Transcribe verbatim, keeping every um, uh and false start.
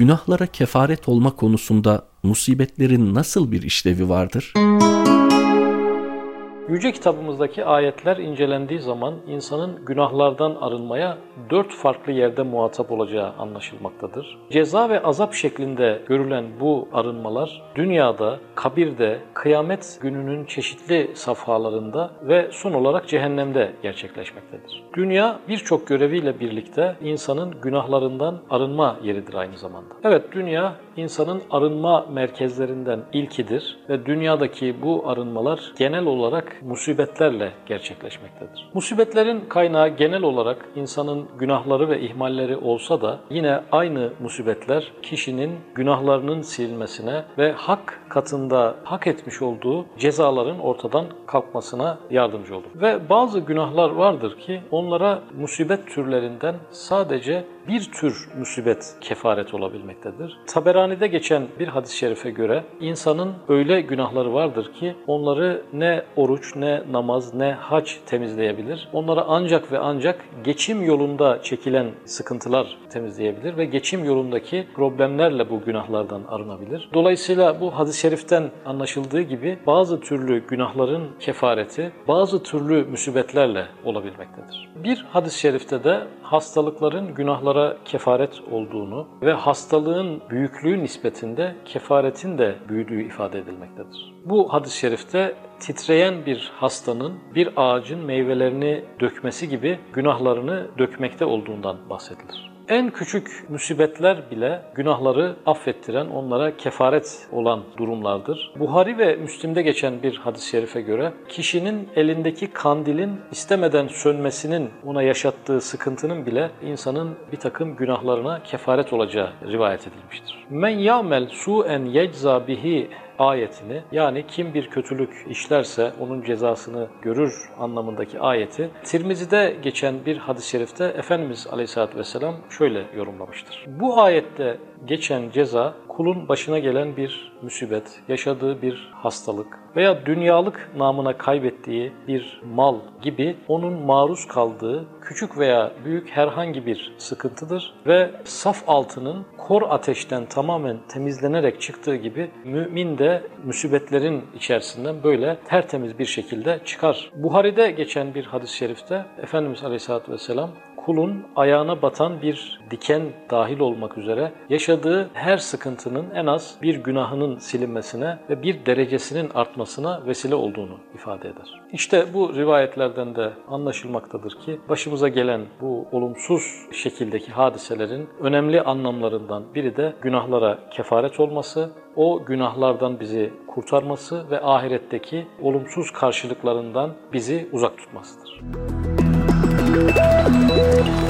günahlara kefaret olma konusunda musibetlerin nasıl bir işlevi vardır? Yüce kitabımızdaki ayetler incelendiği zaman insanın günahlardan arınmaya dört farklı yerde muhatap olacağı anlaşılmaktadır. Ceza ve azap şeklinde görülen bu arınmalar dünyada, kabirde, kıyamet gününün çeşitli safhalarında ve son olarak cehennemde gerçekleşmektedir. Dünya birçok göreviyle birlikte insanın günahlarından arınma yeridir aynı zamanda. Evet, dünya insanın arınma merkezlerinden ilkidir ve dünyadaki bu arınmalar genel olarak musibetlerle gerçekleşmektedir. Musibetlerin kaynağı genel olarak insanın günahları ve ihmalleri olsa da yine aynı musibetler kişinin günahlarının silinmesine ve hak katında hak etmiş olduğu cezaların ortadan kalkmasına yardımcı olur. Ve bazı günahlar vardır ki onlara musibet türlerinden sadece bir tür musibet kefaret olabilmektedir. Taberani'de geçen bir hadis-i şerife göre insanın öyle günahları vardır ki onları ne oruç, ne namaz, ne hac temizleyebilir. Onları ancak ve ancak geçim yolunda çekilen sıkıntılar temizleyebilir ve geçim yolundaki problemlerle bu günahlardan arınabilir. Dolayısıyla bu hadis-i şeriften anlaşıldığı gibi bazı türlü günahların kefareti bazı türlü musibetlerle olabilmektedir. Bir hadis-i şerifte de hastalıkların günahlara kefaret olduğunu ve hastalığın büyüklüğü nispetinde kefaretin de büyüdüğü ifade edilmektedir. Bu hadis-i şerifte titreyen bir hastanın bir ağacın meyvelerini dökmesi gibi günahlarını dökmekte olduğundan bahsedilir. En küçük musibetler bile günahları affettiren, onlara kefaret olan durumlardır. Buhari ve Müslim'de geçen bir hadis-i şerife göre kişinin elindeki kandilin istemeden sönmesinin ona yaşattığı sıkıntının bile insanın bir takım günahlarına kefaret olacağı rivayet edilmiştir. Men ya'mel su'en yecza bihi ayetini, yani kim bir kötülük işlerse onun cezasını görür anlamındaki ayeti Tirmizi'de geçen bir hadis-i şerifte Efendimiz Aleyhisselatü Vesselam şöyle yorumlamıştır. Bu ayette geçen ceza kulun başına gelen bir musibet, yaşadığı bir hastalık veya dünyalık namına kaybettiği bir mal gibi onun maruz kaldığı küçük veya büyük herhangi bir sıkıntıdır ve saf altının kor ateşten tamamen temizlenerek çıktığı gibi mümin de musibetlerin içerisinden böyle tertemiz bir şekilde çıkar. Buhari'de geçen bir hadis-i şerifte Efendimiz Aleyhisselatü Vesselam kulun ayağına batan bir diken dahil olmak üzere yaşadığı her sıkıntının en az bir günahının silinmesine ve bir derecesinin artmasına vesile olduğunu ifade eder. İşte bu rivayetlerden de anlaşılmaktadır ki başımıza gelen bu olumsuz şekildeki hadiselerin önemli anlamlarından biri de günahlara kefaret olması, o günahlardan bizi kurtarması ve ahiretteki olumsuz karşılıklarından bizi uzak tutmasıdır.